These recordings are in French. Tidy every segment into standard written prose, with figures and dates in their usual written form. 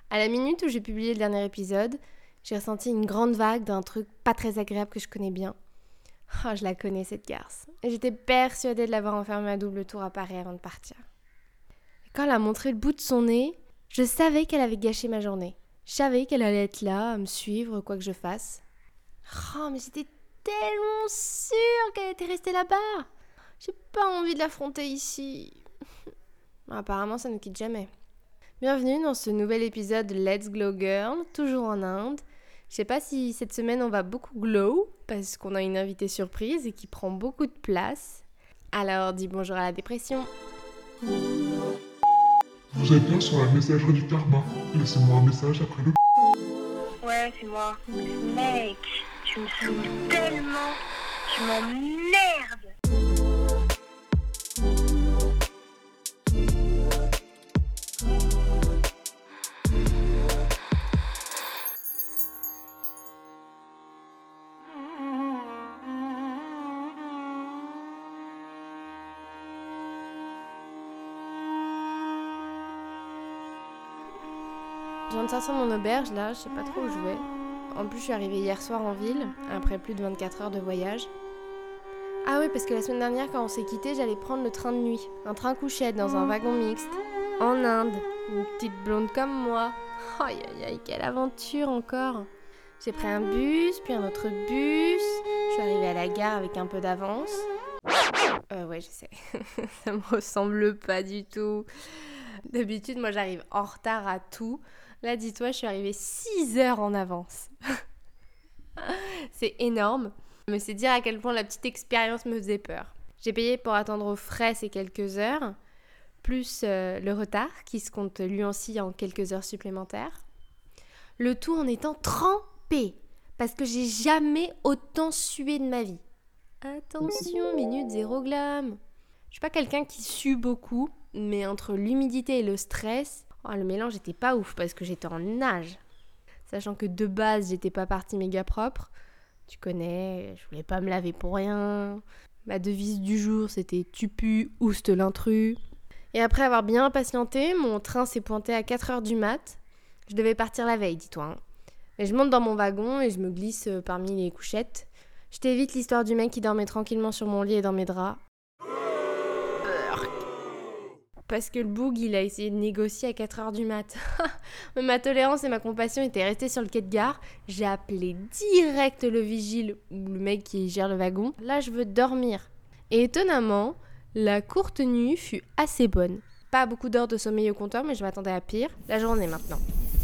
À la minute où j'ai publié le dernier épisode, j'ai ressenti une grande vague d'un truc pas très agréable que je connais bien. Oh, je la connais cette garce. Et j'étais persuadée de l'avoir enfermée à double tour à Paris avant de partir. Et quand elle a montré le bout de son nez, je savais qu'elle avait gâché ma journée. Je savais qu'elle allait être là, à me suivre, quoi que je fasse. Oh, mais j'étais tellement sûre qu'elle était restée là-bas. J'ai pas envie de l'affronter ici. Apparemment, ça ne quitte jamais. Bienvenue dans ce nouvel épisode de Let's Glow Girl, toujours en Inde. Je sais pas si cette semaine on va beaucoup glow, parce qu'on a une invitée surprise et qui prend beaucoup de place. Alors, dis bonjour à la dépression. Vous êtes bien sur la messagerie du karma. Laissez-moi un message après le... Ouais, c'est moi. Mec, tu me saoules tellement. Tu m'emmerdes. Je viens de sortir de mon auberge là, je sais pas trop où je vais. En plus, je suis arrivée hier soir en ville, après plus de 24 heures de voyage. Ah oui, parce que la semaine dernière, quand on s'est quitté, j'allais prendre le train de nuit. Un train couchette dans un wagon mixte. En Inde. Une petite blonde comme moi. Aïe aïe aïe, quelle aventure encore. J'ai pris un bus, puis un autre bus. Je suis arrivée à la gare avec un peu d'avance. Ouais, je sais. Ça me ressemble pas du tout. D'habitude, moi, j'arrive en retard à tout. Là, dis-toi, je suis arrivée 6 heures en avance. C'est énorme, mais c'est dire à quel point la petite expérience me faisait peur. J'ai payé pour attendre au frais ces quelques heures, plus le retard qui se compte lui aussi en quelques heures supplémentaires. Le tout en étant trempée, parce que j'ai jamais autant sué de ma vie. Attention, minute zéro glam. Je suis pas quelqu'un qui sue beaucoup, mais entre l'humidité et le stress, le mélange était pas ouf parce que j'étais en nage. Sachant que de base, j'étais pas partie méga propre. Tu connais, je voulais pas me laver pour rien. Ma devise du jour, c'était « tu pues, ouste l'intrus ». Et après avoir bien patienté, mon train s'est pointé à 4h du mat'. Je devais partir la veille, dis-toi. Hein. Et je monte dans mon wagon et je me glisse parmi les couchettes. Je t'évite l'histoire du mec qui dormait tranquillement sur mon lit et dans mes draps. Parce que le boug, il a essayé de négocier à 4h du mat'. Ma tolérance et ma compassion étaient restées sur le quai de gare. J'ai appelé direct le vigile, ou le mec qui gère le wagon. Là, je veux dormir. Et étonnamment, la courte nuit fut assez bonne. Pas beaucoup d'heures de sommeil au compteur, mais je m'attendais à pire. La journée maintenant.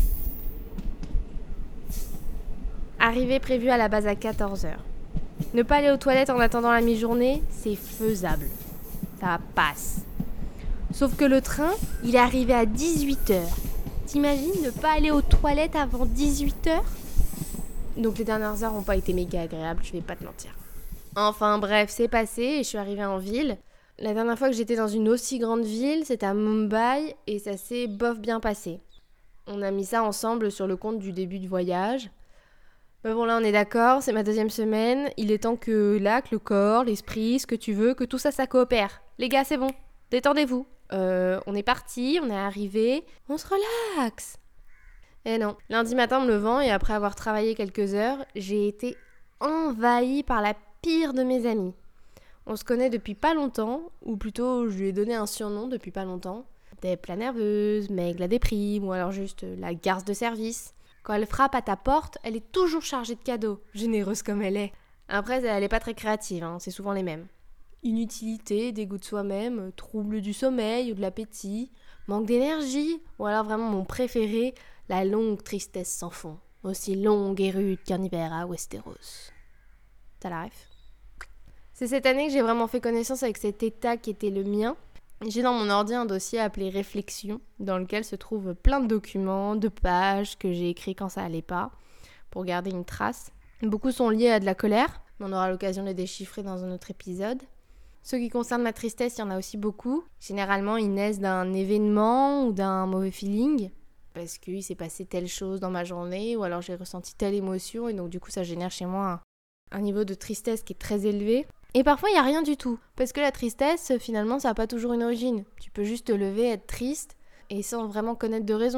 Arrivée prévue à la base à 14h. Ne pas aller aux toilettes en attendant la mi-journée, c'est faisable. Ça passe. Sauf que le train, il est arrivé à 18h. T'imagines ne pas aller aux toilettes avant 18h ? Donc les dernières heures n'ont pas été méga agréables, je vais pas te mentir. Enfin bref, c'est passé et je suis arrivée en ville. La dernière fois que j'étais dans une aussi grande ville, c'était à Mumbai et ça s'est bof bien passé. On a mis ça ensemble sur le compte du début du voyage. Mais bon là on est d'accord, c'est ma 2e semaine. Il est temps que l'acte, le corps, l'esprit, ce que tu veux, que tout ça coopère. Les gars, c'est bon, détendez-vous. On est parti, on est arrivé, on se relaxe. Et non, lundi matin en me levant et après avoir travaillé quelques heures, j'ai été envahie par la pire de mes amies. On se connaît depuis pas longtemps, ou plutôt je lui ai donné un surnom depuis pas longtemps. Des plats nerveuses, Meg la déprime, ou alors juste la garce de service. Quand elle frappe à ta porte, elle est toujours chargée de cadeaux, généreuse comme elle est. Après, elle est pas très créative, hein, c'est souvent les mêmes. Inutilité, dégoût de soi-même, trouble du sommeil ou de l'appétit, manque d'énergie, ou alors vraiment mon préféré, la longue tristesse sans fond, aussi longue et rude qu'un hiver à Westeros. T'as la ref ? C'est cette année que j'ai vraiment fait connaissance avec cet état qui était le mien. J'ai dans mon ordi un dossier appelé Réflexions, dans lequel se trouvent plein de documents, de pages que j'ai écrits quand ça allait pas, pour garder une trace. Beaucoup sont liés à de la colère, mais on aura l'occasion de les déchiffrer dans un autre épisode. Ceux qui concernent ma tristesse, il y en a aussi beaucoup. Généralement, ils naissent d'un événement ou d'un mauvais feeling. Parce qu'il s'est passé telle chose dans ma journée ou alors j'ai ressenti telle émotion et donc du coup ça génère chez moi un niveau de tristesse qui est très élevé. Et parfois il n'y a rien du tout. Parce que la tristesse, finalement, ça n'a pas toujours une origine. Tu peux juste te lever, être triste et sans vraiment connaître de raison.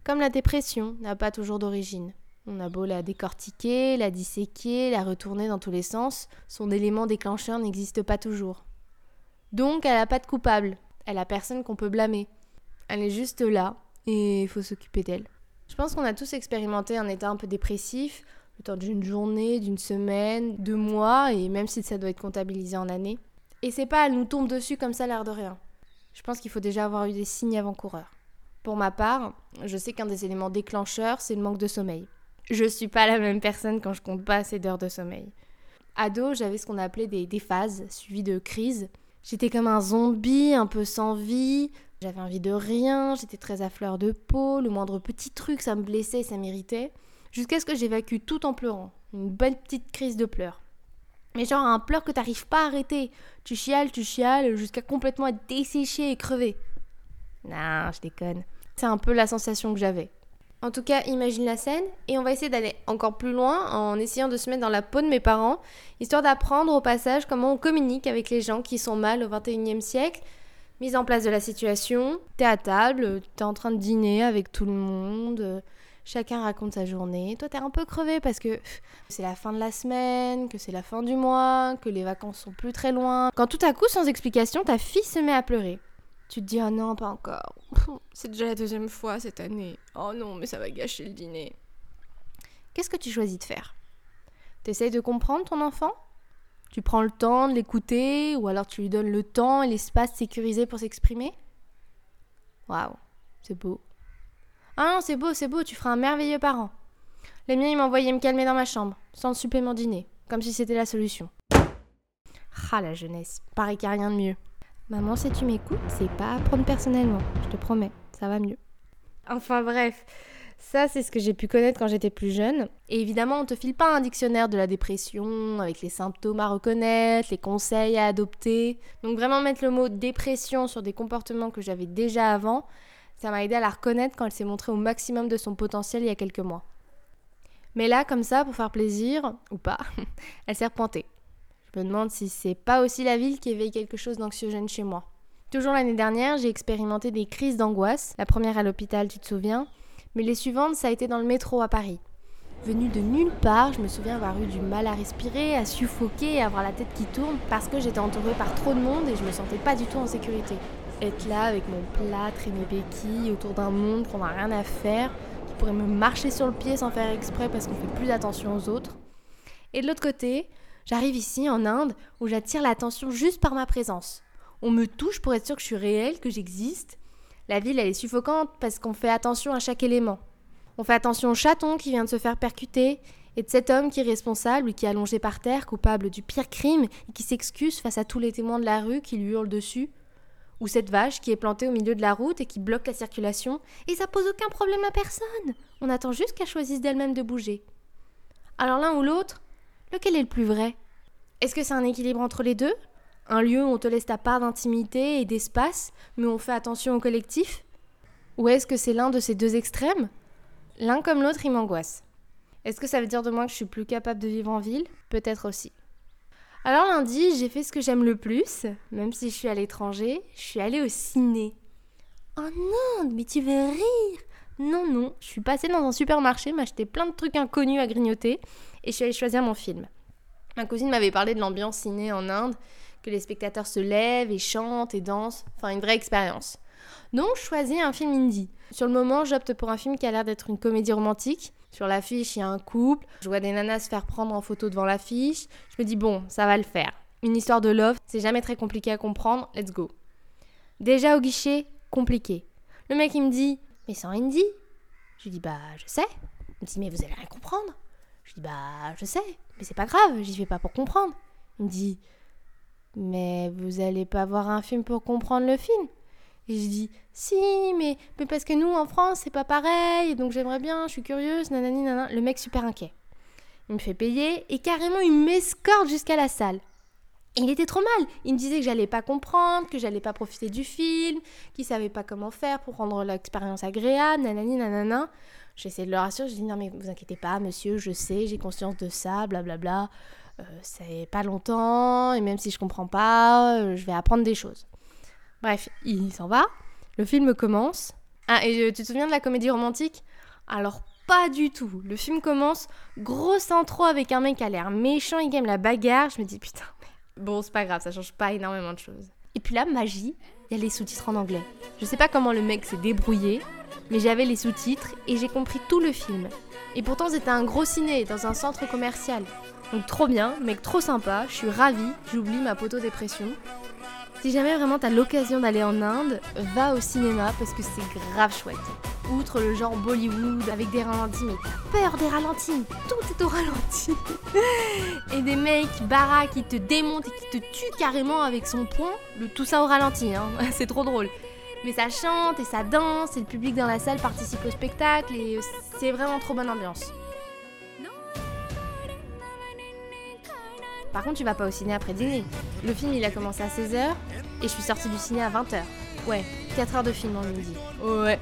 Comme la dépression n'a pas toujours d'origine. On a beau la décortiquer, la disséquer, la retourner dans tous les sens, son élément déclencheur n'existe pas toujours. Donc elle n'a pas de coupable, elle a personne qu'on peut blâmer. Elle est juste là, et il faut s'occuper d'elle. Je pense qu'on a tous expérimenté un état un peu dépressif, le temps d'une journée, d'une semaine, 2 mois, et même si ça doit être comptabilisé en années. Et c'est pas elle nous tombe dessus comme ça l'air de rien. Je pense qu'il faut déjà avoir eu des signes avant-coureurs. Pour ma part, je sais qu'un des éléments déclencheurs, c'est le manque de sommeil. Je suis pas la même personne quand je compte pas assez d'heures de sommeil. Ado, j'avais ce qu'on appelait des phases, suivies de crises. J'étais comme un zombie, un peu sans vie. J'avais envie de rien, j'étais très à fleur de peau. Le moindre petit truc, ça me blessait et ça m'irritait. Jusqu'à ce que j'évacue tout en pleurant. Une bonne petite crise de pleurs. Mais genre un pleur que t'arrives pas à arrêter. Tu chiales, jusqu'à complètement être desséché et crevé. Non, je déconne. C'est un peu la sensation que j'avais. En tout cas, imagine la scène, et on va essayer d'aller encore plus loin en essayant de se mettre dans la peau de mes parents, histoire d'apprendre au passage comment on communique avec les gens qui sont mal au XXIe siècle. Mise en place de la situation, t'es à table, t'es en train de dîner avec tout le monde, chacun raconte sa journée. Toi, t'es un peu crevé parce que c'est la fin de la semaine, que c'est la fin du mois, que les vacances sont plus très loin. Quand tout à coup, sans explication, ta fille se met à pleurer. Tu te dis « Oh non, pas encore. C'est déjà la 2e fois cette année. Oh non, mais ça va gâcher le dîner. » Qu'est-ce que tu choisis de faire ? T'essayes de comprendre ton enfant ? Tu prends le temps de l'écouter, ou alors tu lui donnes le temps et l'espace sécurisé pour s'exprimer ? Waouh, c'est beau. Ah non, c'est beau, tu feras un merveilleux parent. Les miens, ils m'envoyaient me calmer dans ma chambre, sans le supplément dîner, comme si c'était la solution. Ah, la jeunesse, paraît qu'il n'y a rien de mieux. Maman, si tu m'écoutes, c'est pas à prendre personnellement, je te promets, ça va mieux. Enfin bref, ça c'est ce que j'ai pu connaître quand j'étais plus jeune. Et évidemment, on te file pas un dictionnaire de la dépression, avec les symptômes à reconnaître, les conseils à adopter. Donc vraiment mettre le mot dépression sur des comportements que j'avais déjà avant, ça m'a aidé à la reconnaître quand elle s'est montrée au maximum de son potentiel il y a quelques mois. Mais là, comme ça, pour faire plaisir, ou pas, elle s'est repointée. Je me demande si c'est pas aussi la ville qui éveille quelque chose d'anxiogène chez moi. Toujours l'année dernière, j'ai expérimenté des crises d'angoisse. La première à l'hôpital, tu te souviens ? Mais les suivantes, ça a été dans le métro à Paris. Venue de nulle part, je me souviens avoir eu du mal à respirer, à suffoquer et avoir la tête qui tourne parce que j'étais entourée par trop de monde et je me sentais pas du tout en sécurité. Être là avec mon plâtre et mes béquilles autour d'un monde qu'on n'a rien à faire, qui pourrait me marcher sur le pied sans faire exprès parce qu'on fait plus attention aux autres. Et de l'autre côté, j'arrive ici, en Inde, où j'attire l'attention juste par ma présence. On me touche pour être sûr que je suis réelle, que j'existe. La ville, elle est suffocante parce qu'on fait attention à chaque élément. On fait attention au chaton qui vient de se faire percuter, et de cet homme qui est responsable, qui est allongé par terre, coupable du pire crime, et qui s'excuse face à tous les témoins de la rue qui lui hurlent dessus. Ou cette vache qui est plantée au milieu de la route et qui bloque la circulation, et ça pose aucun problème à personne. On attend juste qu'elle choisisse d'elle-même de bouger. Alors l'un ou l'autre, lequel est le plus vrai ? Est-ce que c'est un équilibre entre les deux ? Un lieu où on te laisse ta part d'intimité et d'espace, mais on fait attention au collectif ? Ou est-ce que c'est l'un de ces deux extrêmes ? L'un comme l'autre, il m'angoisse. Est-ce que ça veut dire de moi que je suis plus capable de vivre en ville ? Peut-être aussi. Alors lundi, j'ai fait ce que j'aime le plus, même si je suis à l'étranger, je suis allée au ciné. Oh non, mais tu veux rire ? Non, je suis passée dans un supermarché, m'acheter plein de trucs inconnus à grignoter, et je suis allée choisir mon film. Ma cousine m'avait parlé de l'ambiance ciné en Inde, que les spectateurs se lèvent et chantent et dansent, enfin une vraie expérience. Donc je choisis un film indie. Sur le moment, j'opte pour un film qui a l'air d'être une comédie romantique. Sur l'affiche, il y a un couple, je vois des nanas se faire prendre en photo devant l'affiche. Je me dis bon, ça va le faire. Une histoire de love, c'est jamais très compliqué à comprendre, let's go. Déjà au guichet, compliqué. Le mec il me dit, mais c'est en hindi. Je lui dis bah je sais. Il me dit mais vous allez rien comprendre. Je lui dis bah je sais, mais c'est pas grave, j'y vais pas pour comprendre. Il me dit mais vous allez pas voir un film pour comprendre le film. Et je dis si, mais parce que nous en France c'est pas pareil, donc j'aimerais bien, je suis curieuse, nanani nanana. Le mec super inquiet. Il me fait payer et carrément il m'escorte jusqu'à la salle. Et il était trop mal. Il me disait que j'allais pas comprendre, que j'allais pas profiter du film, qu'il savait pas comment faire pour rendre l'expérience agréable, nanani nanana. J'essaie de le rassurer, je dis non mais vous inquiétez pas monsieur, je sais, j'ai conscience de ça, blablabla. C'est pas longtemps et même si je comprends pas, je vais apprendre des choses. Bref, il s'en va, le film commence. Ah, et tu te souviens de la comédie romantique ? Alors pas du tout. Le film commence, grosse intro avec un mec qui a l'air méchant, il aime la bagarre. Je me dis putain, merde. Bon, c'est pas grave, ça change pas énormément de choses. Et puis là, magie, il y a les sous-titres en anglais. Je sais pas comment le mec s'est débrouillé, mais j'avais les sous-titres et j'ai compris tout le film. Et pourtant, c'était un gros ciné dans un centre commercial. Donc trop bien, mec trop sympa, je suis ravie, j'oublie ma poteau-dépression. Si jamais vraiment t'as l'occasion d'aller en Inde, va au cinéma parce que c'est grave chouette. Outre le genre Bollywood avec des ralentis, mais t'as peur des ralentis, tout est au ralenti. Et des mecs baraques qui te démontent et qui te tuent carrément avec son poing, tout ça au ralenti, hein. C'est trop drôle. Mais ça chante et ça danse et le public dans la salle participe au spectacle et c'est vraiment trop bonne ambiance. Par contre, tu vas pas au ciné après dîner. Le film, il a commencé à 16h et je suis sortie du ciné à 20h. Ouais, 4 heures de film en midi. Ouais.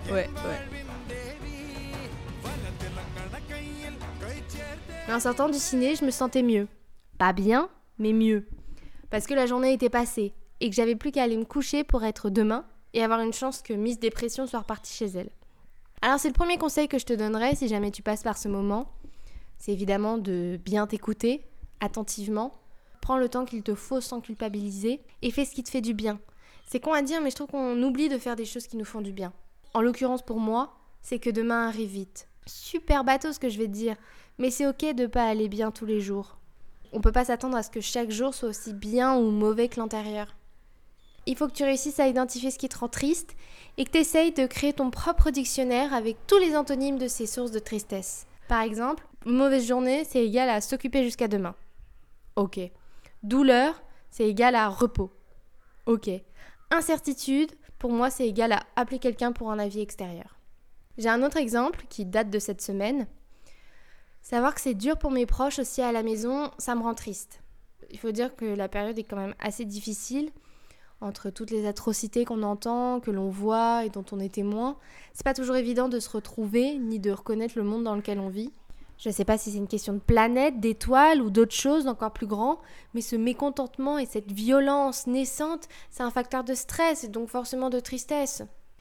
Mais en sortant du ciné, je me sentais mieux. Pas bien, mais mieux. Parce que la journée était passée et que j'avais plus qu'à aller me coucher pour être demain et avoir une chance que Miss Dépression soit repartie chez elle. Alors c'est le premier conseil que je te donnerais si jamais tu passes par ce moment. C'est évidemment de bien t'écouter attentivement, prends le temps qu'il te faut sans culpabiliser et fais ce qui te fait du bien. C'est con à dire, mais je trouve qu'on oublie de faire des choses qui nous font du bien. En l'occurrence pour moi, c'est que demain arrive vite. Super bateau ce que je vais te dire, mais c'est ok de pas aller bien tous les jours. On peut pas s'attendre à ce que chaque jour soit aussi bien ou mauvais que l'antérieur. Il faut que tu réussisses à identifier ce qui te rend triste et que tu essayes de créer ton propre dictionnaire avec tous les antonymes de ces sources de tristesse. Par exemple, mauvaise journée, c'est égal à s'occuper jusqu'à demain. Ok. Douleur, c'est égal à repos. Ok. Incertitude, pour moi, c'est égal à appeler quelqu'un pour un avis extérieur. J'ai un autre exemple qui date de cette semaine. Savoir que c'est dur pour mes proches aussi à la maison, ça me rend triste. Il faut dire que la période est quand même assez difficile. Entre toutes les atrocités qu'on entend, que l'on voit et dont on est témoin, c'est pas toujours évident de se retrouver ni de reconnaître le monde dans lequel on vit. Je sais pas si c'est une question de planète, d'étoiles ou d'autres choses encore plus grand, mais ce mécontentement et cette violence naissante, c'est un facteur de stress et donc forcément de tristesse.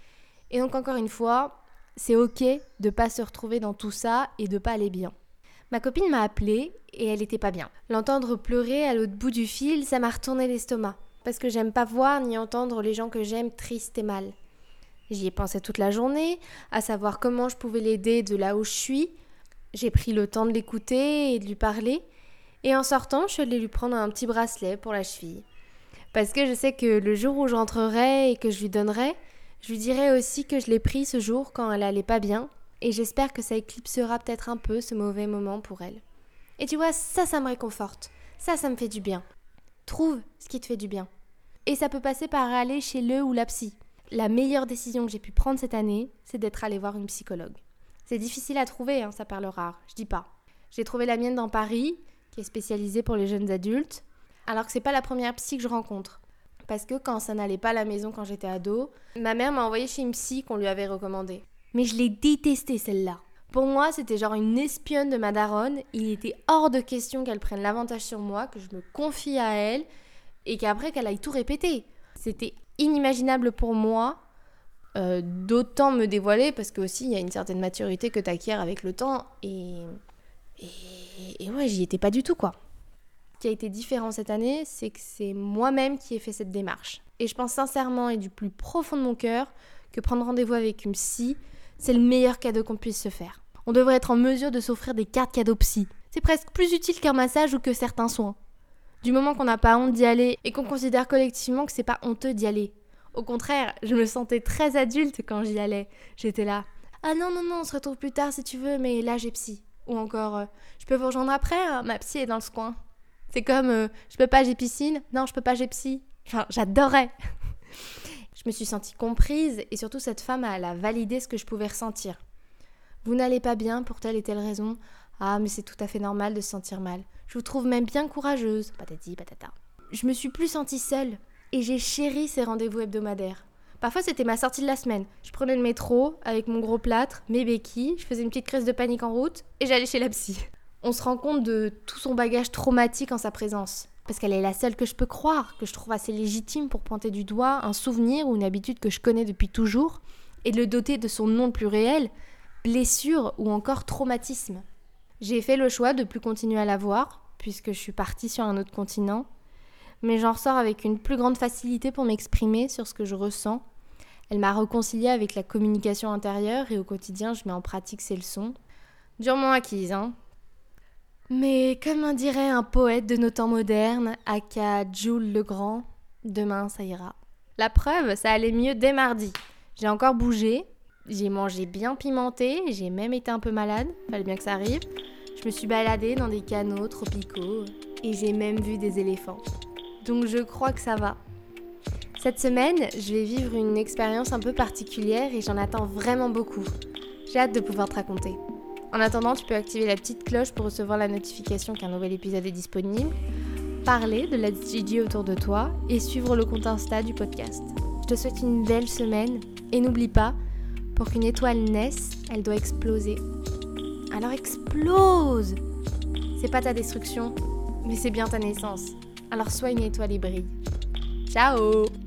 Et donc encore une fois, c'est ok de pas se retrouver dans tout ça et de pas aller bien. Ma copine m'a appelée et elle était pas bien. L'entendre pleurer à l'autre bout du fil, ça m'a retourné l'estomac. Parce que j'aime pas voir ni entendre les gens que j'aime tristes et mal. J'y ai pensé toute la journée, à savoir comment je pouvais l'aider de là où je suis. J'ai pris le temps de l'écouter et de lui parler. Et en sortant, je suis allée lui prendre un petit bracelet pour la cheville. Parce que je sais que le jour où je rentrerai et que je lui donnerai, je lui dirai aussi que je l'ai pris ce jour quand elle allait pas bien. Et j'espère que ça éclipsera peut-être un peu ce mauvais moment pour elle. Et tu vois, ça me réconforte. Ça me fait du bien. Trouve ce qui te fait du bien. Et ça peut passer par aller chez le ou la psy. La meilleure décision que j'ai pu prendre cette année, c'est d'être allée voir une psychologue. C'est difficile à trouver, ça parle rare, je dis pas. J'ai trouvé la mienne dans Paris, qui est spécialisée pour les jeunes adultes, alors que c'est pas la première psy que je rencontre. Parce que quand ça n'allait pas à la maison quand j'étais ado, ma mère m'a envoyée chez une psy qu'on lui avait recommandée. Mais je l'ai détestée celle-là. Pour moi, c'était genre une espionne de ma daronne. Il était hors de question qu'elle prenne l'avantage sur moi, que je me confie à elle, et qu'après qu'elle aille tout répéter. C'était inimaginable pour moi d'autant me dévoiler, parce que aussi il y a une certaine maturité que t'acquiers avec le temps, et ouais, j'y étais pas du tout, quoi. Ce qui a été différent cette année, c'est que c'est moi-même qui ai fait cette démarche. Et je pense sincèrement et du plus profond de mon cœur que prendre rendez-vous avec une psy, c'est le meilleur cadeau qu'on puisse se faire. On devrait être en mesure de s'offrir des cartes cadeaux psy. C'est presque plus utile qu'un massage ou que certains soins. Du moment qu'on n'a pas honte d'y aller et qu'on considère collectivement que c'est pas honteux d'y aller. Au contraire, je me sentais très adulte quand j'y allais. J'étais là, ah non, on se retrouve plus tard si tu veux, mais là j'ai psy. Ou encore, je peux vous rejoindre après, ma psy est dans ce coin. C'est comme, je peux pas, j'ai piscine. Non, je peux pas, j'ai psy. Enfin, j'adorais. Je me suis sentie comprise et surtout cette femme, elle a validé ce que je pouvais ressentir. Vous n'allez pas bien pour telle et telle raison. Ah, mais c'est tout à fait normal de se sentir mal. Je vous trouve même bien courageuse. Patati, patata. Je me suis plus sentie seule et j'ai chéri ces rendez-vous hebdomadaires. Parfois, c'était ma sortie de la semaine. Je prenais le métro avec mon gros plâtre, mes béquilles, je faisais une petite crise de panique en route et j'allais chez la psy. On se rend compte de tout son bagage traumatique en sa présence. Parce qu'elle est la seule que je peux croire, que je trouve assez légitime pour pointer du doigt un souvenir ou une habitude que je connais depuis toujours et de le doter de son nom le plus réel, blessure ou encore traumatisme. J'ai fait le choix de plus continuer à la voir, puisque je suis partie sur un autre continent, mais j'en ressors avec une plus grande facilité pour m'exprimer sur ce que je ressens. Elle m'a réconciliée avec la communication intérieure et au quotidien, je mets en pratique ses leçons. Durement acquise, hein. Mais comme en dirait un poète de nos temps modernes, aka Jules le Grand, demain ça ira. La preuve, ça allait mieux dès mardi. J'ai encore bougé, j'ai mangé bien pimenté, j'ai même été un peu malade, fallait bien que ça arrive. Je me suis baladée dans des canaux tropicaux et j'ai même vu des éléphants. Donc je crois que ça va. Cette semaine, je vais vivre une expérience un peu particulière et j'en attends vraiment beaucoup. J'ai hâte de pouvoir te raconter. En attendant, tu peux activer la petite cloche pour recevoir la notification qu'un nouvel épisode est disponible, parler de Let's Gigi autour de toi et suivre le compte Insta du podcast. Je te souhaite une belle semaine et n'oublie pas, pour qu'une étoile naisse, elle doit exploser. Alors explose! C'est pas ta destruction, mais c'est bien ta naissance. Alors sois une étoile et brille. Ciao!